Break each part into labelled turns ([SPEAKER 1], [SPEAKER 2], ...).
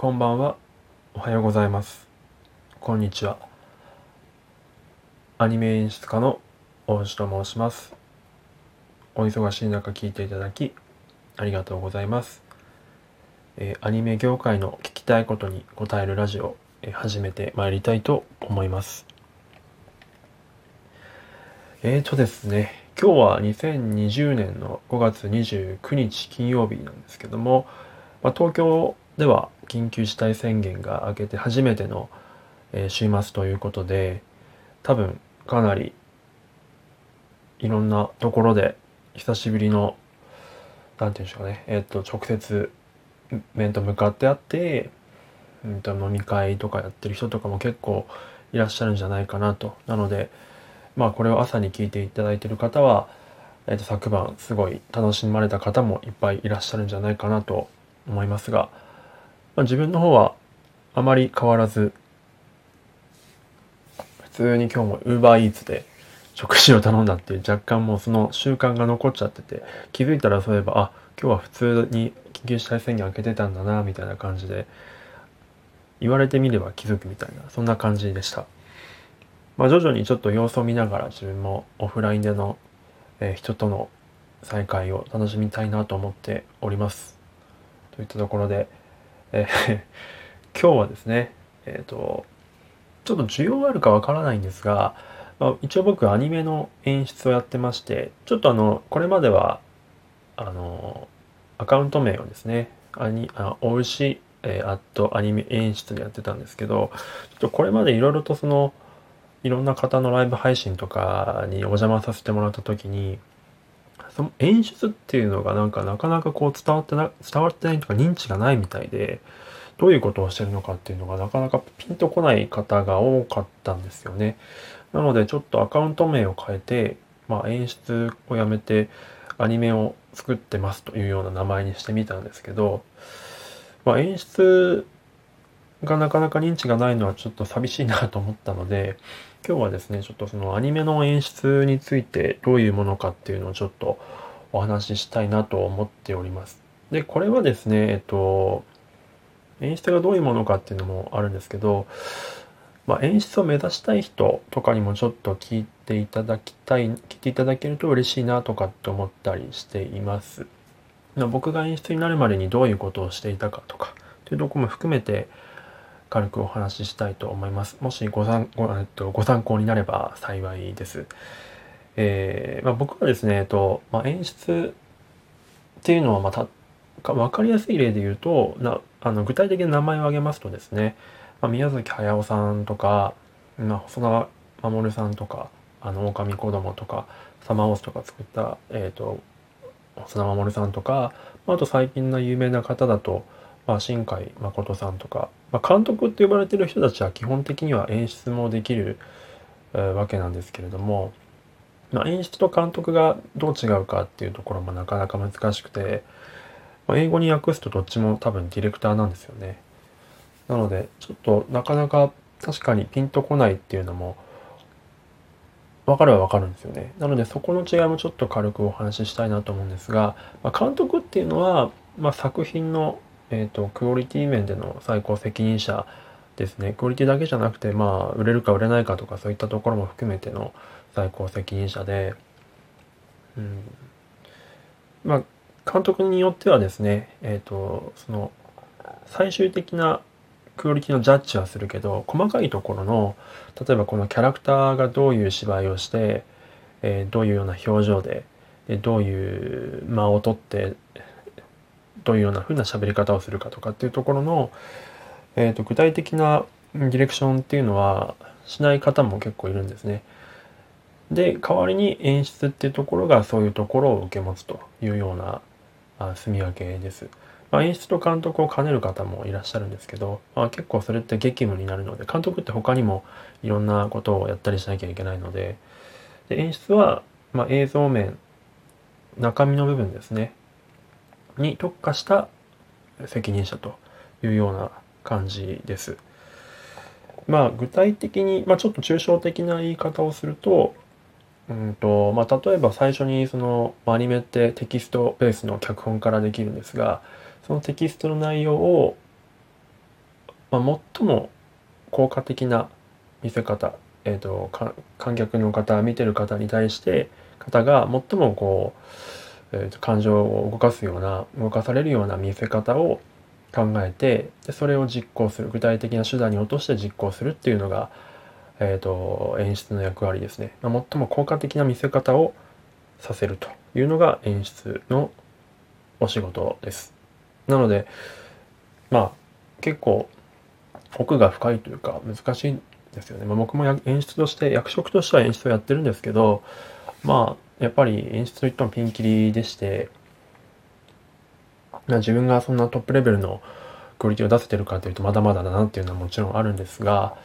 [SPEAKER 1] こんばんは。おはようございます。こんにちは。アニメ演出家の大石と申します。お忙しい中聞いていただきありがとうございます。アニメ業界の聞きたいことに答えるラジオ、始めてまいりたいと思います。ですね、今日は2020年の5月29日金曜日なんですけども、東京では緊急事態宣言が明けて初めての、週末ということで、多分かなりいろんなところで久しぶりの、なんていうんでしょうかね、直接面と向かって会って、飲み会とかやってる人とかも結構いらっしゃるんじゃないかなと。なので、これを朝に聞いていただいている方は、昨晩すごい楽しまれた方もいっぱいいらっしゃるんじゃないかなと思いますが、自分の方はあまり変わらず、普通に今日も UberEats で食事を頼んだっていう若干もうその習慣が残っちゃってて、気づいたらそういえば、今日は普通に緊急事態宣言開けてたんだなみたいな感じで、言われてみれば気づくみたいな、そんな感じでした。徐々にちょっと様子を見ながら自分もオフラインでの、人との再会を楽しみたいなと思っております。といったところで、今日はですね、ちょっと需要があるかわからないんですが、一応僕アニメの演出をやってまして、ちょっとこれまでは、アカウント名をですね、おうし、アニメ演出でやってたんですけど、ちょっとこれまでいろいろといろんな方のライブ配信とかにお邪魔させてもらった時に、その演出っていうのがなかなかこう伝わってないとか認知がないみたいで、どういうことをしてるのかっていうのがなかなかピンとこない方が多かったんですよね。なのでちょっとアカウント名を変えて、演出をやめてアニメを作ってますというような名前にしてみたんですけど、演出がなかなか認知がないのはちょっと寂しいなと思ったので、今日はですね、ちょっとそのアニメの演出についてどういうものかっていうのをちょっとお話ししたいなと思っております。で、これはですね、演出がどういうものかっていうのもあるんですけど、演出を目指したい人とかにもちょっと聞いていただけると嬉しいなとかって思ったりしています。僕が演出になるまでにどういうことをしていたかとかっていうところも含めて軽くお話ししたいと思います。もしご参考になれば幸いです。僕はですね、演出っていうのはわかりやすい例で言うと、具体的な名前を挙げますとですね、宮崎駿さんとか、細田守さんとか、狼子供とか、サマーウォーズとか作った、細田守さんとか、あと最近の有名な方だと、新海誠さんとか、監督って呼ばれてる人たちは基本的には演出もできる、わけなんですけれども、演出と監督がどう違うかっていうところもなかなか難しくて、英語に訳すとどっちも多分ディレクターなんですよね。なので、ちょっとなかなか確かにピンとこないっていうのもわかるはわかるんですよね。なのでそこの違いもちょっと軽くお話ししたいなと思うんですが、監督っていうのは、作品の、クオリティ面での最高責任者ですね。クオリティだけじゃなくて、売れるか売れないかとかそういったところも含めての最高責任者で、うん、監督によってはですね、その最終的なクオリティのジャッジはするけど、細かいところの、例えばこのキャラクターがどういう芝居をして、どういうような表情で、どういう間を取って、どういうような風な喋り方をするかとかっていうところの、具体的なディレクションっていうのはしない方も結構いるんですね。で、代わりに演出っていうところがそういうところを受け持つというような住み分けです。演出と監督を兼ねる方もいらっしゃるんですけど、結構それって激務になるので、監督って他にもいろんなことをやったりしなきゃいけないので、演出は、映像面、中身の部分ですね、に特化した責任者というような感じです。具体的に、ちょっと抽象的な言い方をすると、例えば最初にアニメってテキストベースの脚本からできるんですが、そのテキストの内容を最も効果的な見せ方、観客の方、見てる方に対して方が最も感情を動かされるような見せ方を考えて、でそれを実行する、具体的な手段に落として実行するっていうのが、演出の役割ですね。最も効果的な見せ方をさせるというのが演出のお仕事です。なので、結構奥が深いというか難しいんですよね。僕も演出として、役職としては演出をやってるんですけど、やっぱり演出といってもピンキリでして、自分がそんなトップレベルのクオリティを出せてるかというとまだまだだなっていうのはもちろんあるんですが、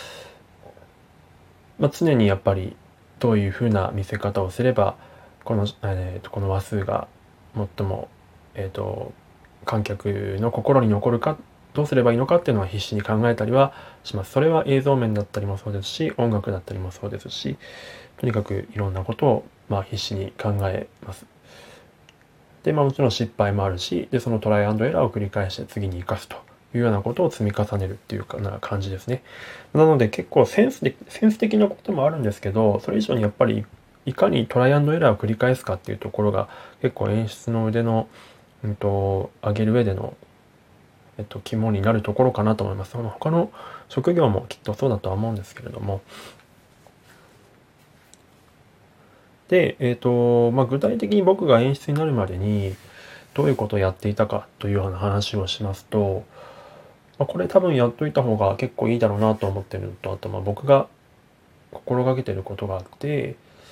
[SPEAKER 1] 常にやっぱりどういう風な見せ方をすればこの話数が最も、観客の心に残るか、どうすればいいのかっていうのは必死に考えたりはします。それは映像面だったりもそうですし、音楽だったりもそうですし、とにかくいろんなことを必死に考えます。で、もちろん失敗もあるし、でそのトライアンドエラーを繰り返して次に生かすというようなことを積み重ねるっていうかな感じですね。なので結構センス的なこともあるんですけど、それ以上にやっぱりいかにトライアンドエラーを繰り返すかっていうところが結構演出の腕の、上げる上での、肝になるところかなと思います。他の職業もきっとそうだとは思うんですけれども。で、具体的に僕が演出になるまでにどういうことをやっていたかというような話をしますと、これ多分やっといた方が結構いいだろうなと思ってるのと、あと僕が心がけてることがあって、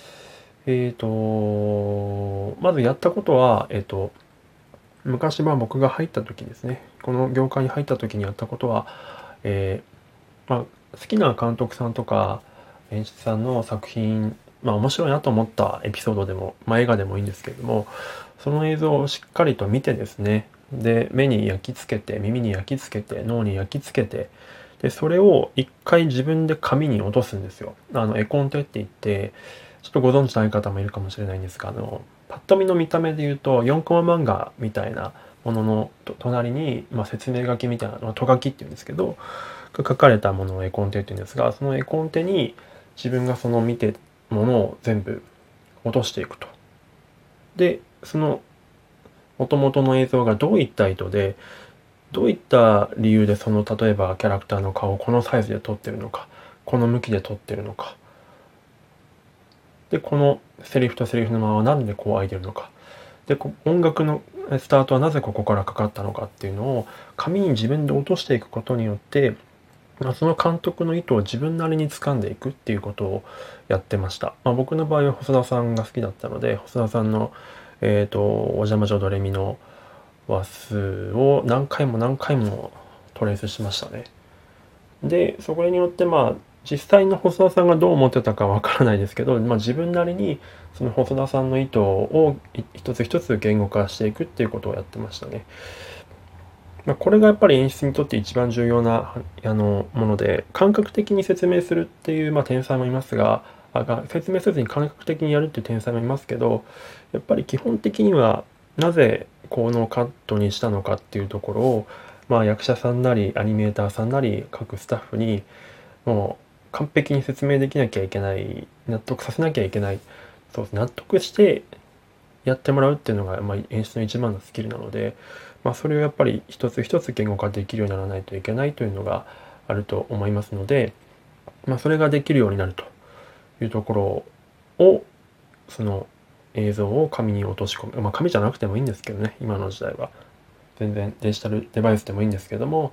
[SPEAKER 1] まずやったことは、昔僕が入った時ですね、この業界に入った時にやったことは、好きな監督さんとか演出さんの作品、面白いなと思ったエピソードでも、映画でもいいんですけれども、その映像をしっかりと見てですね、で目に焼き付けて、耳に焼き付けて、脳に焼き付けて、でそれを一回自分で紙に落とすんですよ。絵コンテって言って、ちょっとご存知ない方もいるかもしれないんですが、パッと見の見た目で言うと4コマ漫画みたいなものの隣に、説明書きみたいなの、と書きっていうんですけど、書かれたものを絵コンテっていうんですが、その絵コンテに自分がその見てものを全部落としていくと。で、その元々の映像がどういった意図で、どういった理由でその例えばキャラクターの顔をこのサイズで撮ってるのか、この向きで撮ってるのか、でこのセリフとセリフの間は何でこう空いてるのか、で音楽のスタートはなぜここからかかったのかっていうのを紙に自分で落としていくことによって、その監督の意図を自分なりに掴んでいくっていうことをやってました。僕の場合は細田さんが好きだったので、細田さんのお邪魔女ドレミの話数を何回も何回もトレースしましたね。で、それによって実際の細田さんがどう思ってたかわからないですけど、自分なりにその細田さんの意図を一つ一つ言語化していくっていうことをやってましたね。これがやっぱり演出にとって一番重要なもので、感覚的に説明するっていう天才もいますが、説明せずに感覚的にやるっていう天才もいますけど、やっぱり基本的にはなぜこのカットにしたのかっていうところを、役者さんなりアニメーターさんなり各スタッフにもう完璧に説明できなきゃいけない、納得させなきゃいけない、そう納得してやってもらうっていうのが、演出の一番のスキルなので、それをやっぱり一つ一つ言語化できるようにならないといけないというのがあると思いますので、それができるようになるというところを、その映像を紙に落とし込む、紙じゃなくてもいいんですけどね、今の時代は全然デジタルデバイスでもいいんですけども、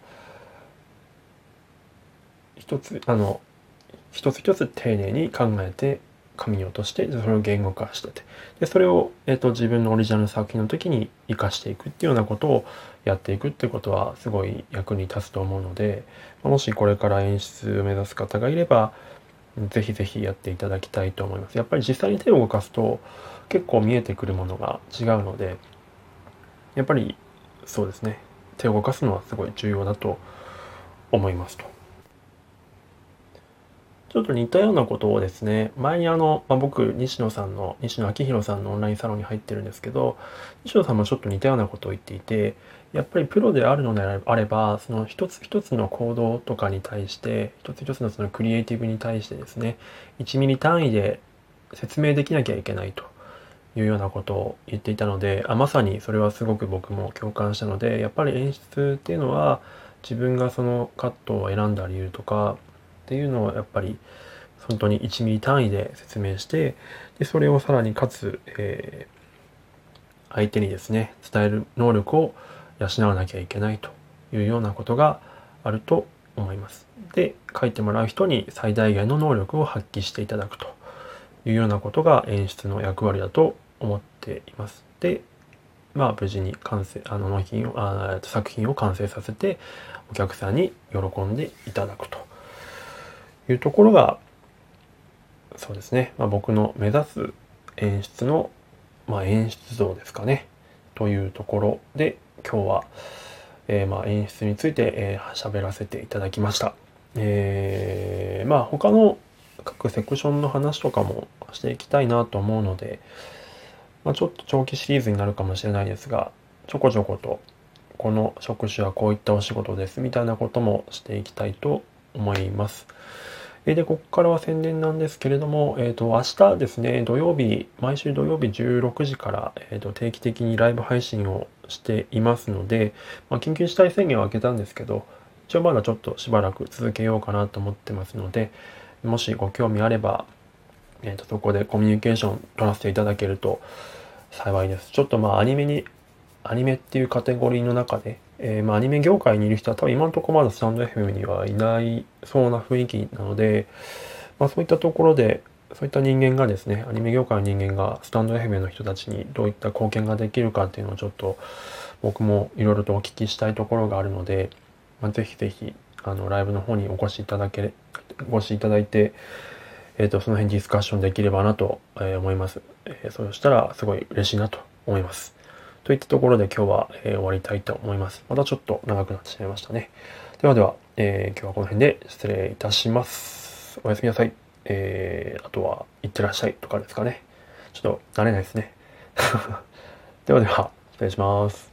[SPEAKER 1] 一つ一つ丁寧に考えて紙に落として、それを言語化してて、でそれを、自分のオリジナル作品の時に活かしていくっていうようなことをやっていくっていうことはすごい役に立つと思うので、もしこれから演出を目指す方がいればぜひぜひやっていただきたいと思います。やっぱり実際に手を動かすと結構見えてくるものが違うので、やっぱりそうですね、手を動かすのはすごい重要だと思いますと。 ちょっと似たようなことをですね、前に僕、西野昭弘さんのオンラインサロンに入ってるんですけど、西野さんもちょっと似たようなことを言っていて、やっぱりプロであるのであれば、その一つ一つの行動とかに対して、一つ一つのそのクリエイティブに対してですね、1ミリ単位で説明できなきゃいけないというようなことを言っていたので、まさにそれはすごく僕も共感したので、やっぱり演出っていうのは、自分がそのカットを選んだ理由とかっていうのをやっぱり本当に1ミリ単位で説明して、でそれをさらにかつ、相手にですね、伝える能力を養わなきゃいけないというようなことがあると思います。で、書いてもらう人に最大限の能力を発揮していただくというようなことが演出の役割だと思っています。で、無事に完成、作品を完成させて、お客さんに喜んでいただくというところが、そうですね、僕の目指す演出の、演出像ですかね、というところで、今日は、演出について喋らせていただきました。他の各セクションの話とかもしていきたいなと思うので、ちょっと長期シリーズになるかもしれないですが、ちょこちょことこの職種はこういったお仕事ですみたいなこともしていきたいと思います。で、ここからは宣伝なんですけれども、明日ですね、毎週土曜日16時から、定期的にライブ配信をしていますので、緊急事態宣言は明けたんですけど、一応まだちょっとしばらく続けようかなと思ってますので、もしご興味あれば、そこでコミュニケーション取らせていただけると幸いです。ちょっとアニメっていうカテゴリーの中で、アニメ業界にいる人は多分今のところまだスタンド FM にはいないそうな雰囲気なので、そういったところで、そういった人間がですね、アニメ業界の人間がスタンド FM の人たちにどういった貢献ができるかっていうのをちょっと僕もいろいろとお聞きしたいところがあるので、ぜひぜひライブの方にお越しいただいて、その辺ディスカッションできればなと思います。そうしたらすごい嬉しいなと思います。といったところで今日は終わりたいと思います。またちょっと長くなってしまいましたね。では、今日はこの辺で失礼いたします。おやすみなさい。あとは、いってらっしゃいとかですかね。ちょっと慣れないですね。では、失礼します。